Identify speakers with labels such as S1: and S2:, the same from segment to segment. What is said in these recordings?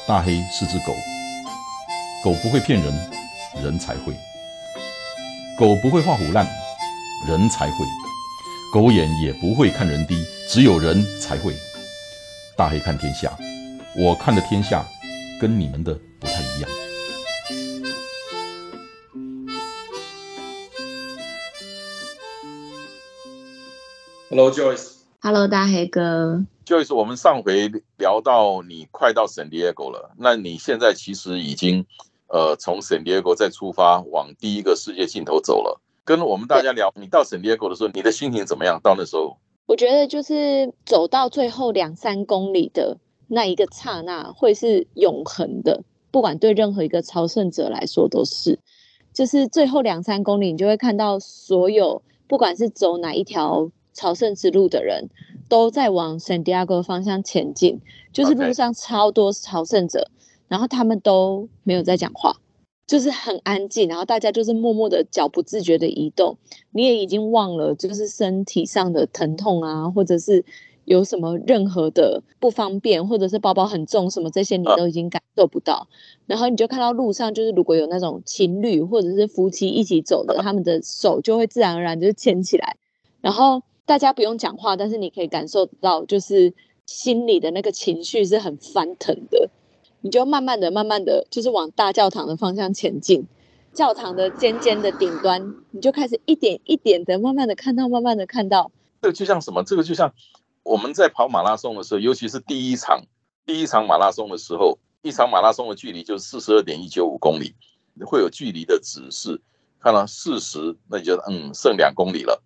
S1: 大黑是只狗，狗不会骗人，人才会；狗不会画虎烂，人才会；狗眼也不会看人低，只有人才会。大黑看天下，我看的天下跟你们的不太一样。Hello
S2: Joyce。Hello 大黑哥。
S1: Joyce， 我们上回聊到你快到 San Diego 了，那你现在其实已经从 San Diego 再出发往第一个世界尽头走了。跟我们大家聊，你到 San Diego 的时候，你的心情怎么样？到那时候，
S2: 我觉得就是走到最后2-3公里的那一个刹那，会是永恒的，不管对任何一个朝圣者来说都是。就是最后2-3公里，你就会看到所有不管是走哪一条朝圣之路的人都在往 San Diego 方向前进，就是路上超多朝圣者，然后他们都没有在讲话，就是很安静，然后大家就是默默的脚不自觉的移动，你也已经忘了就是身体上的疼痛啊，或者是有什么任何的不方便，或者是包包很重什么，这些你都已经感受不到。然后你就看到路上就是如果有那种情侣或者是夫妻一起走的，他们的手就会自然而然就牵起来，然后大家不用讲话，但是你可以感受到就是心里的那个情绪是很翻腾的。你就慢慢的就是往大教堂的方向前进，教堂的尖尖的顶端你就开始一点一点的慢慢的看到
S1: 这个就像什么？这个就像我们在跑马拉松的时候，尤其是第一场马拉松的时候，一场马拉松的距离就是42.195公里，会有距离的指示，看到40，那你就剩2公里了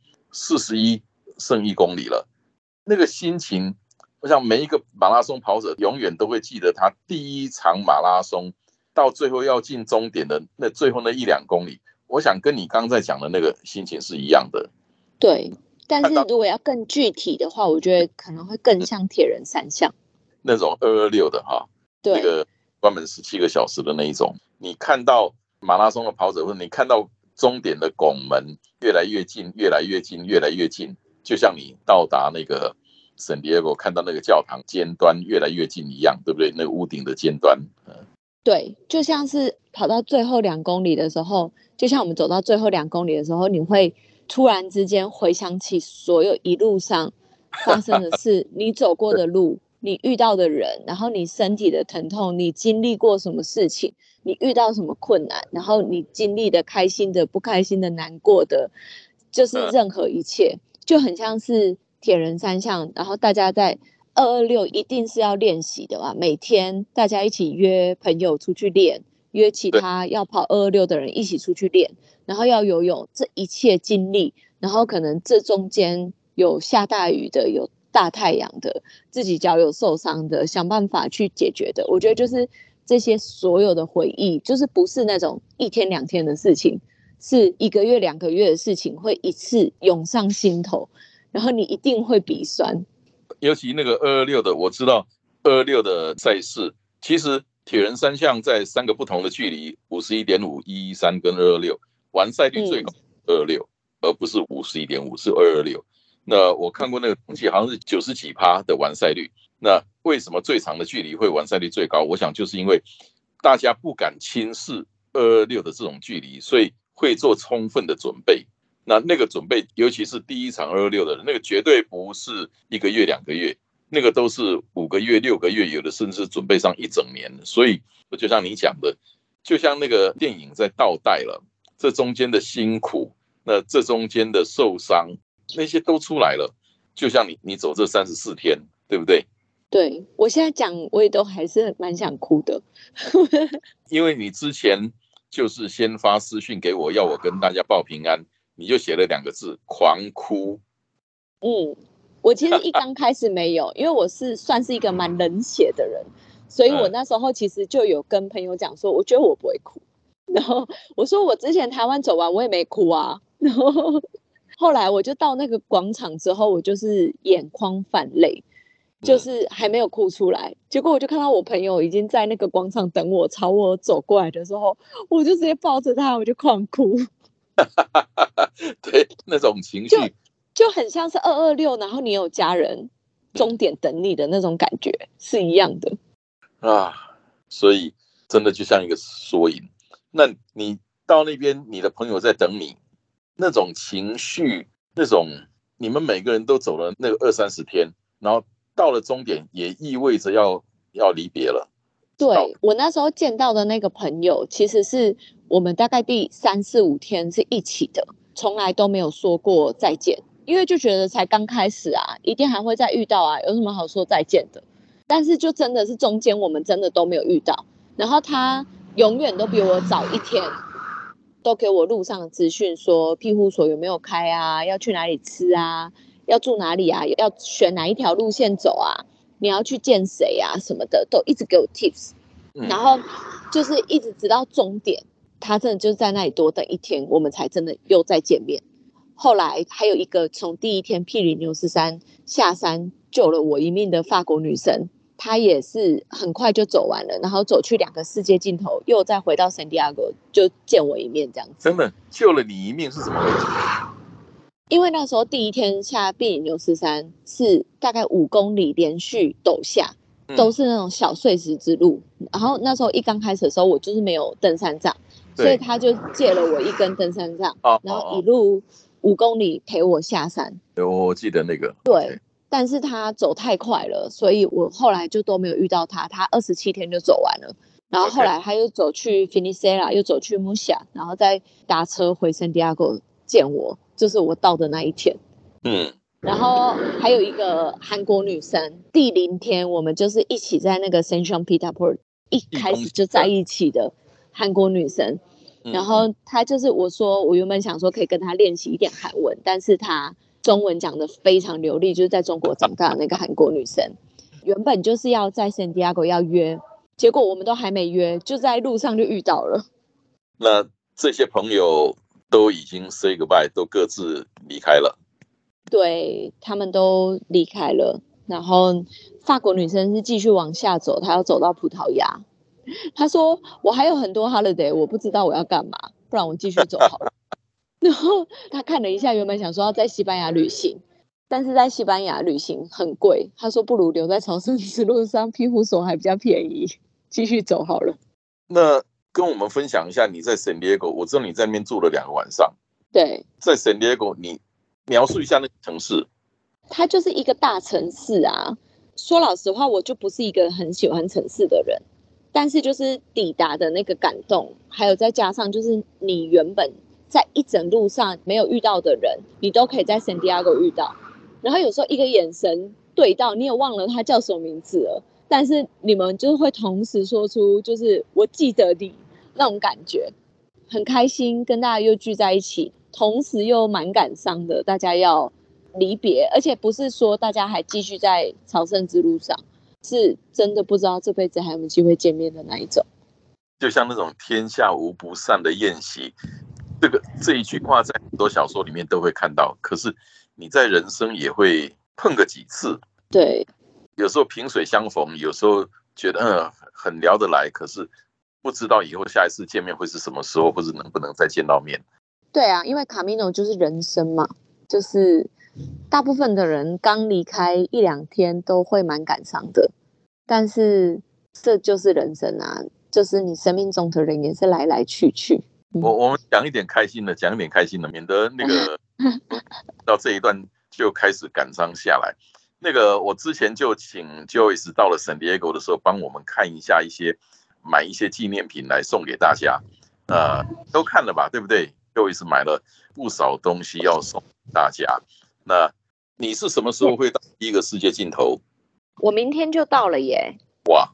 S1: ，41剩1公里了，那个心情，我想每一个马拉松跑者永远都会记得他第一场马拉松到最后要进终点的那最后那1-2公里，我想跟你刚才讲的那个心情是一样的。
S2: 对，但是如果要更具体的话，我觉得可能会更像铁人三项
S1: 那种226的哈，
S2: 对，
S1: 那个关门17个小时的那一种，你看到马拉松的跑者，或者你看到终点的拱门越来越近，越来越近，越来越近，就像你到达那个 San Diego 看到那个教堂尖端越来越近一样，对不对？那个屋顶的尖端，
S2: 对，就像是跑到最后2公里的时候，就像我们走到最后2公里的时候，你会突然之间回想起所有一路上发生的事，你走过的路，你遇到的人，然后你身体的疼痛，你经历过什么事情，你遇到什么困难，然后你经历的开心的、不开心的、难过的，就是任何一切，就很像是铁人三项，然后大家在226一定是要练习的嘛，每天大家一起约朋友出去练，约其他要跑226的人一起出去练，然后要游泳，这一切经历，然后可能这中间有下大雨的，有大太阳的，自己脚有受伤的，想办法去解决的，我觉得就是这些所有的回忆，就是不是那种1天2天的事情，是1个月2个月的事情，会一次涌上心头，然后你一定会鼻酸。
S1: 尤其那个226的，我知道226的赛事，其实铁人三项在3个不同的距离，51.5、113跟226，完赛率最高226，而不是51.5，是226。那我看过那个统计，好像是90几%的完赛率。那为什么最长的距离会完赛率最高？我想就是因为大家不敢轻视226的这种距离，所以会做充分的准备。那个准备，尤其是第一场226的人，那个绝对不是1个月2个月，那个都是5个月6个月，有的甚至准备上1整年。所以就像你讲的，就像那个电影在倒带了，这中间的辛苦，那这中间的受伤，那些都出来了。就像你走这34天，对不对？
S2: 对，我现在讲我也都还是蛮想哭的。
S1: 因为你之前就是先发私讯给我，要我跟大家报平安，你就写了2个字狂哭。
S2: 我其实一刚开始没有，因为我算是一个蛮冷血的人，所以我那时候其实就有跟朋友讲说，我觉得我不会哭，然后我说我之前台湾走完我也没哭啊，然后后来我就到那个广场之后，我就是眼眶泛泪，就是还没有哭出来，结果我就看到我朋友已经在那个广场等我，朝我走过来的时候，我就直接抱着他，我就狂哭。
S1: 对，那种情绪
S2: 就很像是226，然后你有家人终点等你的那种感觉是一样的
S1: 啊。 所以真的就像一个缩影。那你到那边，你的朋友在等你，那种情绪，那种你们每个人都走了那个20-30天，然后到了终点，也意味着要离别了。
S2: 对，我那时候见到的那个朋友，其实是我们大概第3、4、5天是一起的，从来都没有说过再见，因为就觉得才刚开始啊，一定还会再遇到啊，有什么好说再见的？但是就真的是中间我们真的都没有遇到，然后他永远都比我早一天，都给我路上的资讯，说庇护所有没有开啊，要去哪里吃啊，要住哪里啊，要选哪一条路线走啊，你要去见谁啊什么的，都一直给我 tips。然后就是一直直到终点，他真的就在那里多等一天，我们才真的又再见面。后来还有一个从第一天毗邻牛斯山下山救了我一命的法国女生，她也是很快就走完了，然后走去2个世界尽头，又再回到圣地亚哥就见我一面这样子。
S1: 真的救了你一命是怎么回事？
S2: 因为那时候第一天下毗邻牛斯山是大概5公里连续陡下，都是那种小碎石之路，然后那时候一刚开始的时候，我就是没有登山杖，所以他就借了我一根登山杖，然后一路5公里陪我下山。
S1: 我记得那个。
S2: 对，但是他走太快了，所以我后来就都没有遇到他。他27天就走完了，然后后来他又走去 Finisella， 又走去 Musha， 然后再搭车回圣地亚哥见我，就是我到的那一天。然后还有一个韩国女生，第0天我们就是一起在那个 Saint Jean Pied de Port 一开始就在一起的韩国女生。然后她就是我说我原本想说可以跟她练习一点韩文，但是她中文讲得非常流利，就是在中国长大的那个韩国女生。原本就是要在圣地亚哥要约，结果我们都还没约，就在路上就遇到了。
S1: 那这些朋友都已经 say goodbye， 都各自离开了。
S2: 对，他们都离开了，然后法国女生是继续往下走，她要走到葡萄牙。她说我还有很多 holiday， 我不知道我要干嘛，不然我继续走好了。然后她看了一下，原本想说要在西班牙旅行，但是在西班牙旅行很贵，她说不如留在朝圣之路上，庇护所还比较便宜，继续走好了。
S1: 那跟我们分享一下你在 San Diego， 我知道你在那边住了2个晚上。
S2: 对，
S1: 在 San Diego 你描述一下那个城市。
S2: 它就是一个大城市啊。说老实话，我就不是一个很喜欢城市的人，但是就是抵达的那个感动，还有再加上就是你原本在一整路上没有遇到的人，你都可以在圣地亚哥遇到。然后有时候一个眼神对到，你也忘了他叫什么名字了，但是你们就会同时说出就是我记得你那种感觉，很开心跟大家又聚在一起，同时又蛮感伤的，大家要离别，而且不是说大家还继续在朝圣之路上，是真的不知道这辈子还有没有机会见面的那一种。
S1: 就像那种天下无不散的宴席，这一句话在很多小说里面都会看到，可是你在人生也会碰个几次。
S2: 对，
S1: 有时候萍水相逢，有时候觉得很聊得来，可是不知道以后下一次见面会是什么时候，或者能不能再见到面。
S2: 对啊，因为 Camino 就是人生嘛，就是大部分的人刚离开1、2天都会蛮感伤的，但是这就是人生啊，就是你生命中的人也是来来去去。
S1: 我们讲一点开心的，免得那个到这一段就开始感伤下来。那个我之前就请 Joyce 到了 San Diego 的时候，帮我们看一下买一些纪念品来送给大家。都看了吧，对不对？Joyce 买了不少东西要送大家。那你是什么时候会到第1个世界尽头？
S2: 我明天就到了耶！
S1: 哇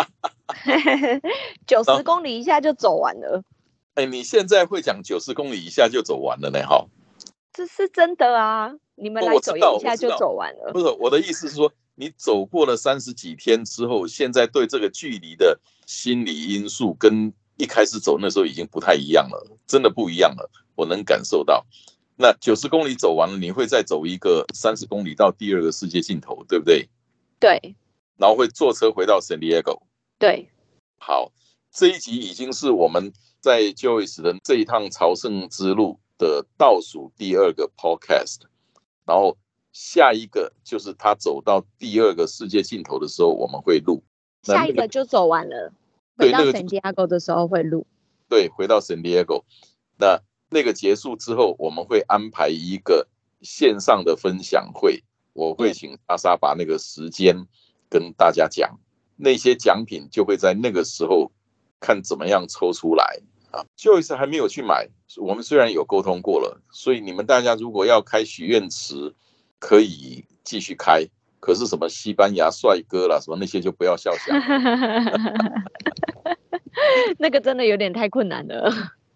S2: ，90公里一下就走完了。
S1: 你现在会讲90公里一下就走完了呢？哈，
S2: 这是真的啊！你们来走一下就走完了。
S1: 不是，我的意思是说，你走过了30几天之后，现在对这个距离的心理因素跟一开始走那时候已经不太一样了，真的不一样了，我能感受到。那90公里走完了，你会再走一个30公里到第2个世界尽头，对不对？
S2: 对。
S1: 然后会坐车回到 San Diego。
S2: 对。
S1: 好，这一集已经是我们在 Joyce 的这一趟朝圣之路的倒数第2个 podcast， 然后下一个就是他走到第2个世界尽头的时候我们会录，
S2: 下一个就走完了。 回到 San Diego 的时候会录。
S1: 对，回到 San Diego， 那个结束之后，我们会安排一个线上的分享会，我会请莎莎把那个时间跟大家讲，那些奖品就会在那个时候看怎么样抽出来啊。Joyce 还没有去买，我们虽然有沟通过了，所以你们大家如果要开许愿池，可以继续开。可是什么西班牙帅哥啦，什么那些就不要笑想。
S2: 那个真的有点太困难了。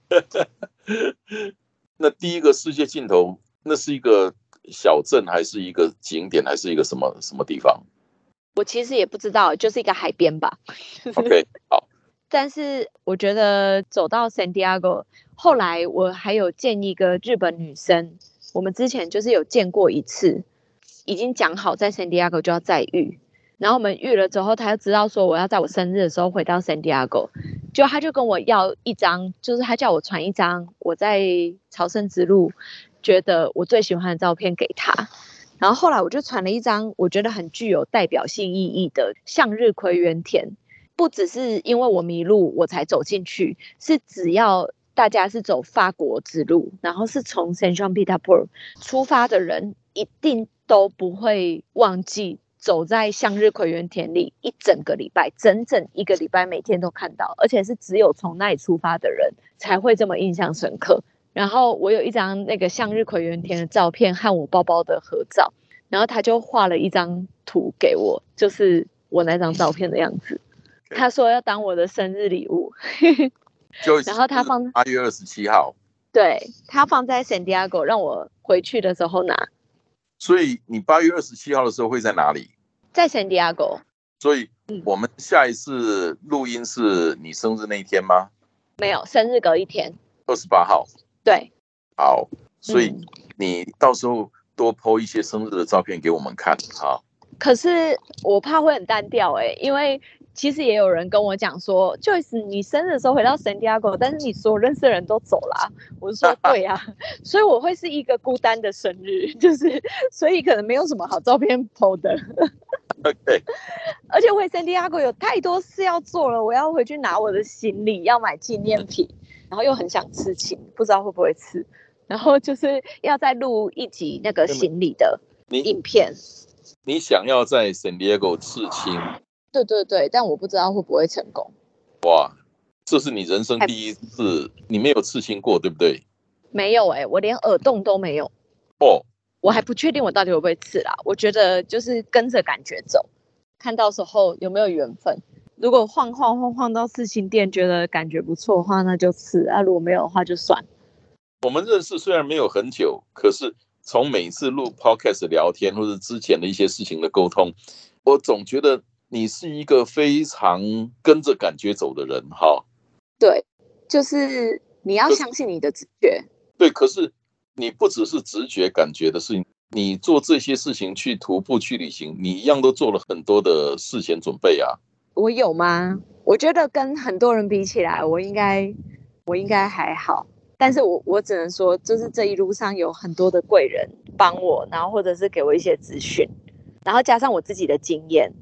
S1: 那第一个世界尽头，那是一个小镇还是一个景点，还是一个什么地方？
S2: 我其实也不知道，就是一个海边吧。
S1: OK， 好。
S2: 但是我觉得走到 San Diego， 后来我还有见一个日本女生，我们之前就是有见过一次，已经讲好在 San Diego 就要再遇。然后我们遇了之后，他就知道说我要在我生日的时候回到 San Diego， 就他就跟我要一张，就是他叫我传一张我在朝圣之路觉得我最喜欢的照片给他。然后后来我就传了一张我觉得很具有代表性意义的向日葵园田，不只是因为我迷路我才走进去，是只要大家是走法国之路，然后是从 Saint Jean Pied de Port 出发的人，一定都不会忘记走在向日葵园田里一整个礼拜，整整一个礼拜每天都看到，而且是只有从那里出发的人才会这么印象深刻。然后我有一张那个向日葵园田的照片和我包包的合照，然后他就画了一张图给我，就是我那张照片的样子。他说要当我的生日礼物。然后他放
S1: 8月27号，
S2: 对，他放在 San Diego， 让我回去的时候拿。
S1: 所以你8月27号的时候会在哪里？
S2: 在 San Diego。
S1: 所以我们下一次录音是你生日那一天吗？
S2: 没有，生日隔一天
S1: ，28号。
S2: 对。
S1: 好，所以你到时候多 po 一些生日的照片给我们看啊。
S2: 可是我怕会很单调因为其实也有人跟我讲说 Joyce 你生日的时候回到 San Diego， 但是你所有认识的人都走了。我就说对啊。所以我会是一个孤单的生日，就是所以可能没有什么好照片 po 的。
S1: OK，
S2: 而且回 San Diego 有太多事要做了，我要回去拿我的行李，要买纪念品，然后又很想刺青，不知道会不会刺，然后就是要再录一集那个行李的影片。
S1: 你想要在 San Diego 刺青？
S2: 对对对，但我不知道会不会成功。
S1: 哇，这是你人生第一次，你没有刺青过，对不对？
S2: 没有我连耳洞都没有。
S1: 哦，
S2: 我还不确定我到底会不会刺啦。我觉得就是跟着感觉走，看到时候有没有缘分。如果晃到刺青店，觉得感觉不错的话，那就刺啊；如果没有的话，就算。
S1: 我们认识虽然没有很久，可是从每次录 podcast 聊天或者之前的一些事情的沟通，我总觉得你是一个非常跟着感觉走的人哈。
S2: 对，就是你要相信你的直觉。
S1: 对，可是你不只是直觉感觉的事情，你做这些事情去徒步去旅行，你一样都做了很多的事前准备啊。
S2: 我有吗？我觉得跟很多人比起来，我应该还好。但是我只能说，就是这一路上有很多的贵人帮我，然后或者是给我一些资讯，然后加上我自己的经验。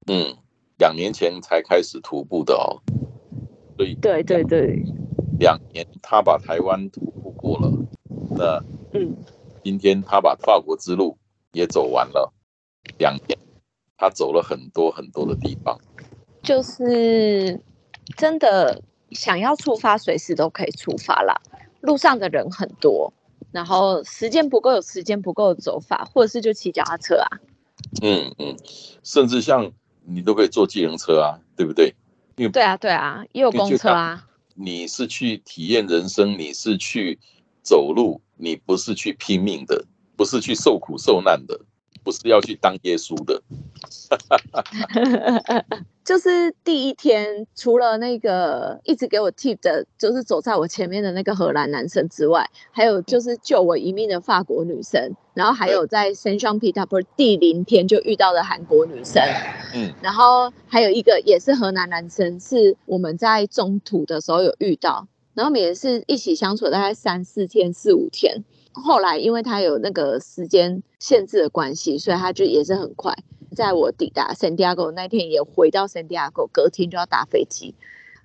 S1: 2年前才开始徒步的哦，所以
S2: 对对对
S1: ，2年他把台湾徒步过了，那今天他把法国之路也走完了，2年他走了很多很多的地方，就是
S2: 真的想要出发，随时都可以出发啦。路上的人很多，然后时间不够有时间不够的走法，或者是就骑脚踏车啊。
S1: 甚至像你都可以坐计程车啊，对不对？
S2: 对啊，也有公车啊。
S1: 你是去体验人生，你是去走路，你不是去拼命的，不是去受苦受难的，不是要去当耶稣的。
S2: 就是第一天，除了那个一直给我 tip 的，就是走在我前面的那个荷兰男生之外，还有就是救我一命的法国女生，然后还有在 Saint Jean Pied de Port 第0天就遇到的韩国女生，然后还有一个也是荷兰男生，是我们在中途的时候有遇到，然后我们也是一起相处大概3、4天、4、5天。后来因为他有那个时间限制的关系，所以他就也是很快，在我抵达 San Diego 那天也回到 San Diego， 隔天就要搭飞机。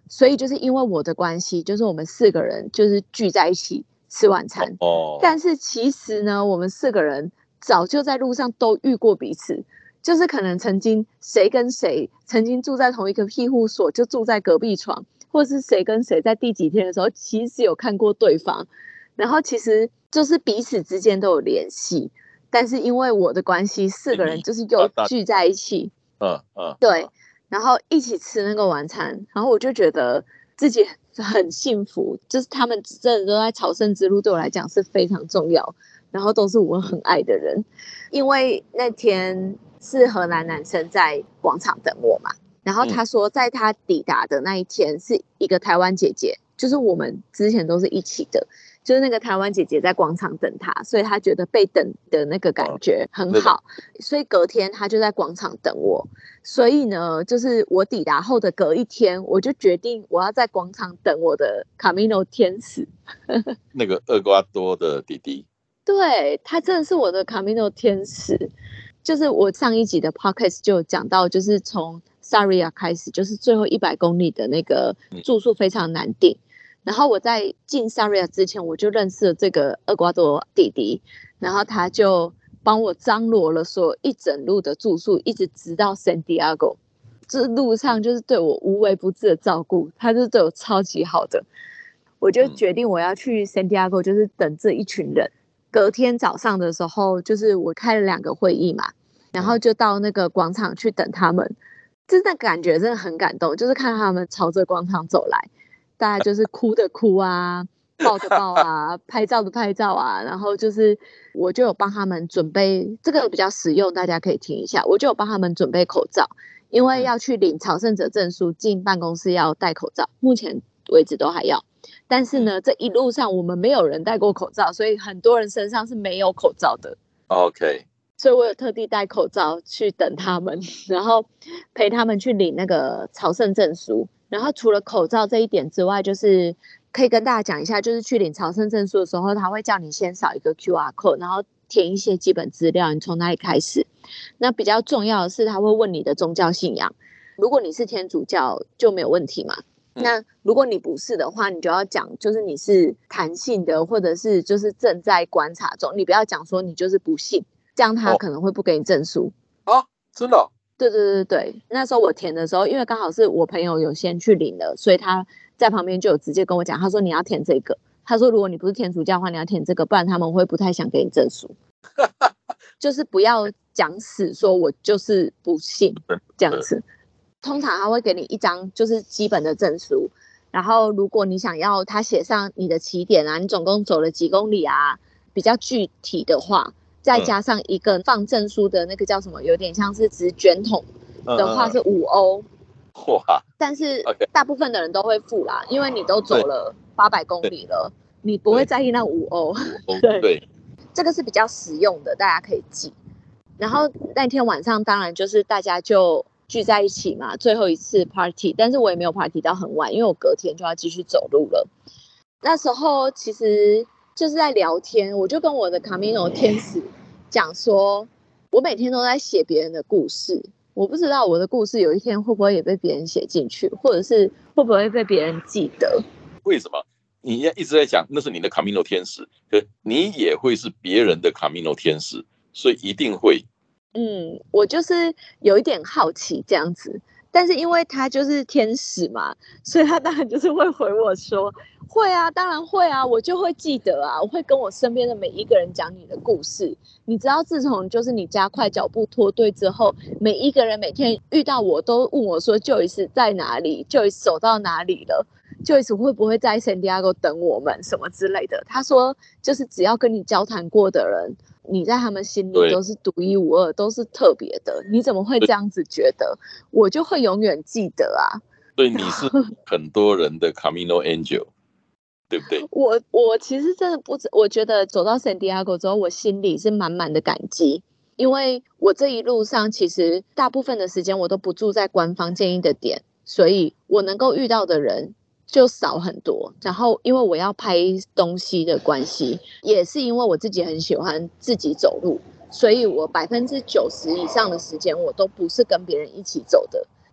S2: 所以就是因为我的关系，就是我们4个人就是聚在一起吃晚餐。但是其实呢，我们4个人早就在路上都遇过彼此，就是可能曾经谁跟谁曾经住在同一个庇护所，就住在隔壁床，或是谁跟谁在第几天的时候，其实有看过对方，然后其实就是彼此之间都有联系。但是因为我的关系，4个人就是又聚在一起，对，然后一起吃那个晚餐，然后我就觉得自己很幸福，就是他们真的都在朝圣之路，对我来讲是非常重要，然后都是我很爱的人。因为那天是荷兰男生在广场等我嘛，然后他说在他抵达的那一天是一个台湾姐姐，就是我们之前都是一起的，就是那个台湾姐姐在广场等他，所以他觉得被等的那个感觉很好，所以隔天他就在广场等我。所以呢，就是我抵达后的隔一天，我就决定我要在广场等我的 Camino 天使
S1: 那个厄瓜多的弟弟，
S2: 对，他真的是我的 Camino 天使。就是我上一集的 podcast 就有讲到，就是从 Sarria 开始，就是最后100公里的那个住宿非常难订。然后我在进 Sarria 之前，我就认识了这个厄瓜多弟弟，然后他就帮我张罗了所有一整路的住宿，一直直到 Santiago。这路上就是对我无微不至的照顾，他就是对我超级好的。我就决定我要去 Santiago，就是等这一群人。隔天早上的时候，就是我开了2个会议嘛，然后就到那个广场去等他们。真的感觉真的很感动，就是看他们朝着广场走来，大家就是哭的哭啊，抱的抱啊，拍照的拍照啊，然后就是我就有帮他们准备，这个比较实用，大家可以听一下。我就有帮他们准备口罩，因为要去领朝圣者证书，进办公室要戴口罩，目前为止都还要。但是呢，这一路上我们没有人戴过口罩，所以很多人身上是没有口罩的。
S1: OK，
S2: 所以我有特地戴口罩去等他们，然后陪他们去领那个朝圣证书。然后除了口罩这一点之外，就是可以跟大家讲一下，就是去领朝圣证书的时候，他会叫你先扫一个 QR code， 然后填一些基本资料，你从哪里开始。那比较重要的是，他会问你的宗教信仰。如果你是天主教就没有问题嘛。那如果你不是的话，你就要讲就是你是弹性的，或者是就是正在观察中，你不要讲说你就是不信，这样他可能会不给你证书。
S1: 真的？
S2: 对，那时候我填的时候，因为刚好是我朋友有先去领了，所以他在旁边就有直接跟我讲，他说你要填这个，他说如果你不是天主教的话，你要填这个，不然他们会不太想给你证书。就是不要讲死说我就是不信这样子。通常他会给你一张就是基本的证书，然后如果你想要他写上你的起点啊，你总共走了几公里啊，比较具体的话，再加上一个放证书的那个叫什么，有点像是纸卷筒的话是5欧。
S1: 哇！
S2: 但是大部分的人都会付啦，因为你都走了800公里了，你不会在意那5欧。对，这个是比较实用的，大家可以记。然后那天晚上当然就是大家就聚在一起嘛，最后一次 party， 但是我也没有 party 到很晚，因为我隔天就要继续走路了。那时候其实就是在聊天，我就跟我的 Camino 天使讲说，我每天都在写别人的故事，我不知道我的故事有一天会不会也被别人写进去，或者是会不会被别人记得。
S1: 为什么？你一直在讲那是你的 Camino 天使，可你也会是别人的 Camino 天使，所以一定会。
S2: 我就是有一点好奇这样子，但是因为他就是天使嘛，所以他当然就是会回我说，会啊，当然会啊，我就会记得啊，我会跟我身边的每一个人讲你的故事。你知道自从就是你加快脚步脱队之后，每一个人每天遇到我都问我说 Joyce 在哪里， Joyce 走到哪里了， Joyce 会不会在 Santiago 等我们什么之类的。他说就是只要跟你交谈过的人，你在他们心里都是独一无二，都是特别的。你怎么会这样子觉得？我就会永远记得啊。
S1: 所以你是很多人的 Camino Angel， 对不对？
S2: 我其实真的不知，我觉得走到 Santiago 之后，我心里是满满的感激，因为我这一路上其实大部分的时间我都不住在官方建议的点，所以我能够遇到的人就少很多。然后因为我要拍东西的关系，也是因为我自己很喜欢自己走路，所以我90%以上的时间我都不是跟别人一起走的，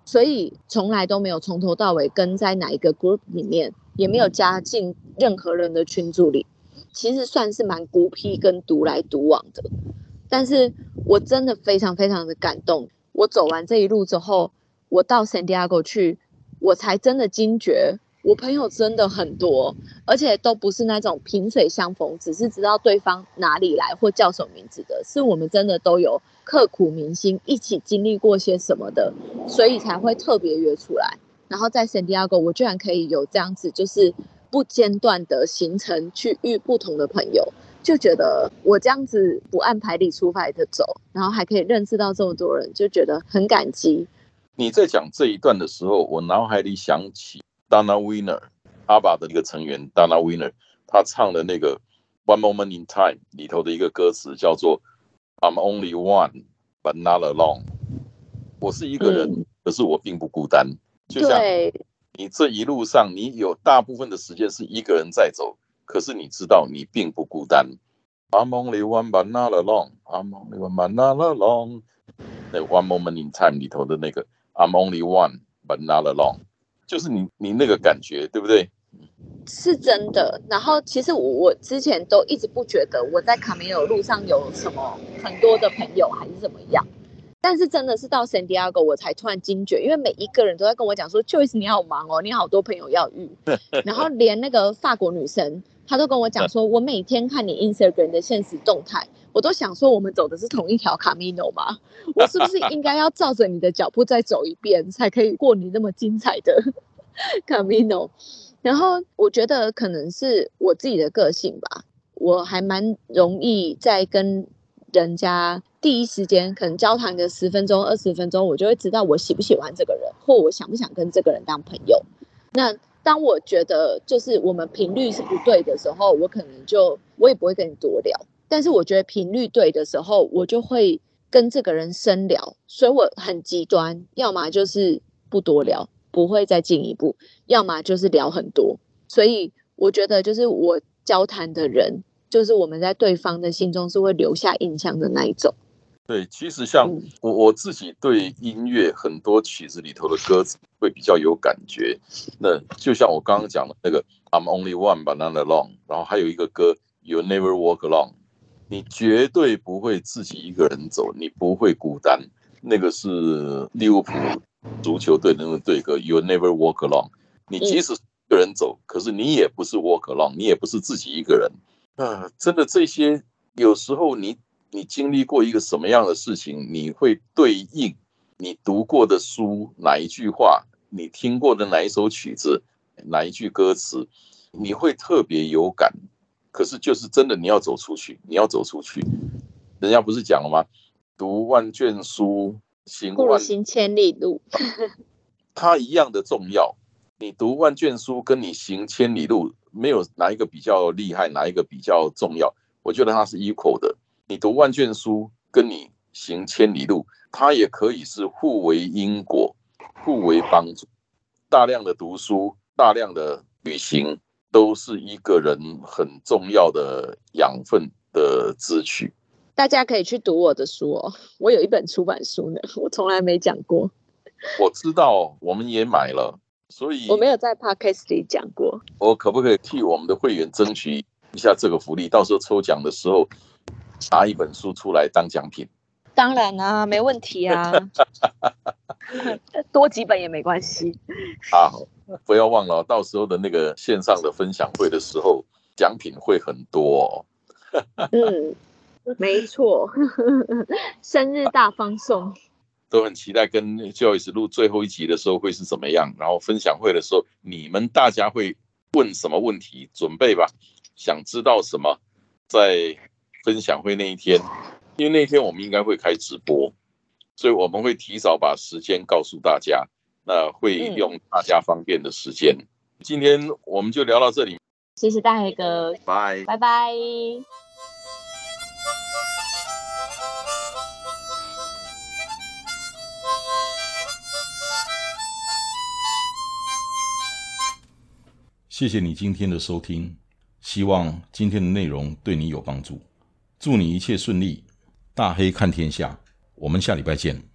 S2: 所以从来都没有从头到尾跟在哪一个 group 里面，也没有加进任何人的群组里，其实算是蛮孤僻跟独来独往的。但是我真的非常非常的感动，我走完这一路之后，我到 San Diego 去，我才真的惊觉我朋友真的很多，而且都不是那种萍水相逢，只是知道对方哪里来或叫什么名字的，是我们真的都有刻骨铭心，一起经历过些什么的，所以才会特别约出来。然后在 San Diego 我居然可以有这样子就是不间断的行程去遇不同的朋友，就觉得我这样子不按牌理出牌的走，然后还可以认识到这么多人，就觉得很感激。
S1: 你在讲这一段的时候，我脑海里想起 Donna Winner 阿爸的一个成员 Donna Winner， 他唱的那个 One Moment in Time 里头的一个歌词叫做 I'm only one but not alone， 我是一个人，可是我并不孤单。就像你这一路上，你有大部分的时间是一个人在走，可是你知道你并不孤单。I'm only one but not alone, I'm only one but not alone， 那 One Moment in Time 里头的那个I'm only one but not alone， 就是你那个感觉，对不对？
S2: 是真的。然后其实我之前都一直不觉得我在卡梅尔路上有什么很多的朋友还是怎么样，但是真的是到 San Diego 我才突然惊觉，因为每一个人都在跟我讲说 Joyce 你好忙哦，你好多朋友要遇然后连那个法国女生她都跟我讲说，我每天看你 Instagram 的限时动态，我都想说我们走的是同一条 Camino 吗？我是不是应该要照着你的脚步再走一遍，才可以过你那么精彩的 Camino？ 然后我觉得可能是我自己的个性吧，我还蛮容易在跟人家第一时间可能交谈个10分钟20分钟，我就会知道我喜不喜欢这个人，或我想不想跟这个人当朋友。那当我觉得就是我们频率是不对的时候，我可能我也不会跟你多聊，但是我觉得频率对的时候，我就会跟这个人深聊。所以我很极端，要么就是不多聊，不会再进一步，要么就是聊很多。所以我觉得就是我交谈的人，就是我们在对方的心中是会留下印象的那一种。
S1: 对，其实像我自己对音乐很多曲子里头的歌词会比较有感觉。那就像我刚刚讲的那个 I'm only one but not alone， 然后还有一个歌 You never walk alone， 你绝对不会自己一个人走，你不会孤单。那个是利物浦足球队的那个队歌 You never walk alone， 你即使一个人走，可是你也不是 walk alone， 你也不是自己一个人。真的这些有时候你经历过一个什么样的事情，你会对应你读过的书哪一句话，你听过的哪一首曲子，哪一句歌词，你会特别有感。可是就是真的你要走出去，你要走出去。人家不是讲了吗？读万卷书，
S2: 不如行千里路。
S1: 它一样的重要。你读万卷书跟你行千里路，没有哪一个比较厉害，哪一个比较重要。我觉得它是 equal 的。你读万卷书跟你行千里路，它也可以是互为因果，互为帮助。大量的读书，大量的旅行，都是一个人很重要的养分的支取。
S2: 大家可以去读我的书哦，我有一本出版书呢，我从来没讲过。
S1: 我知道，我们也买了，所以
S2: 我没有在 podcast 里讲过。
S1: 我可不可以替我们的会员争取一下这个福利？到时候抽奖的时候拿一本书出来当奖品。
S2: 当然啊，没问题啊。多几本也没关系。
S1: 好，不要忘了，到时候的那个线上的分享会的时候，奖品会很多哦。
S2: 没错。生日大放送。
S1: 都很期待跟 Joyce 录最后一集的时候会是怎么样，然后分享会的时候你们大家会问什么问题，准备吧，想知道什么在分享会那一天，因为那天我们应该会开直播，所以我们会提早把时间告诉大家，那会用大家方便的时间。今天我们就聊到这里，
S2: 谢谢大黑哥，
S1: 拜
S2: 拜拜。
S3: 谢谢你今天的收听，希望今天的内容对你有帮助。祝你一切顺利，大黑看天下，我们下礼拜见。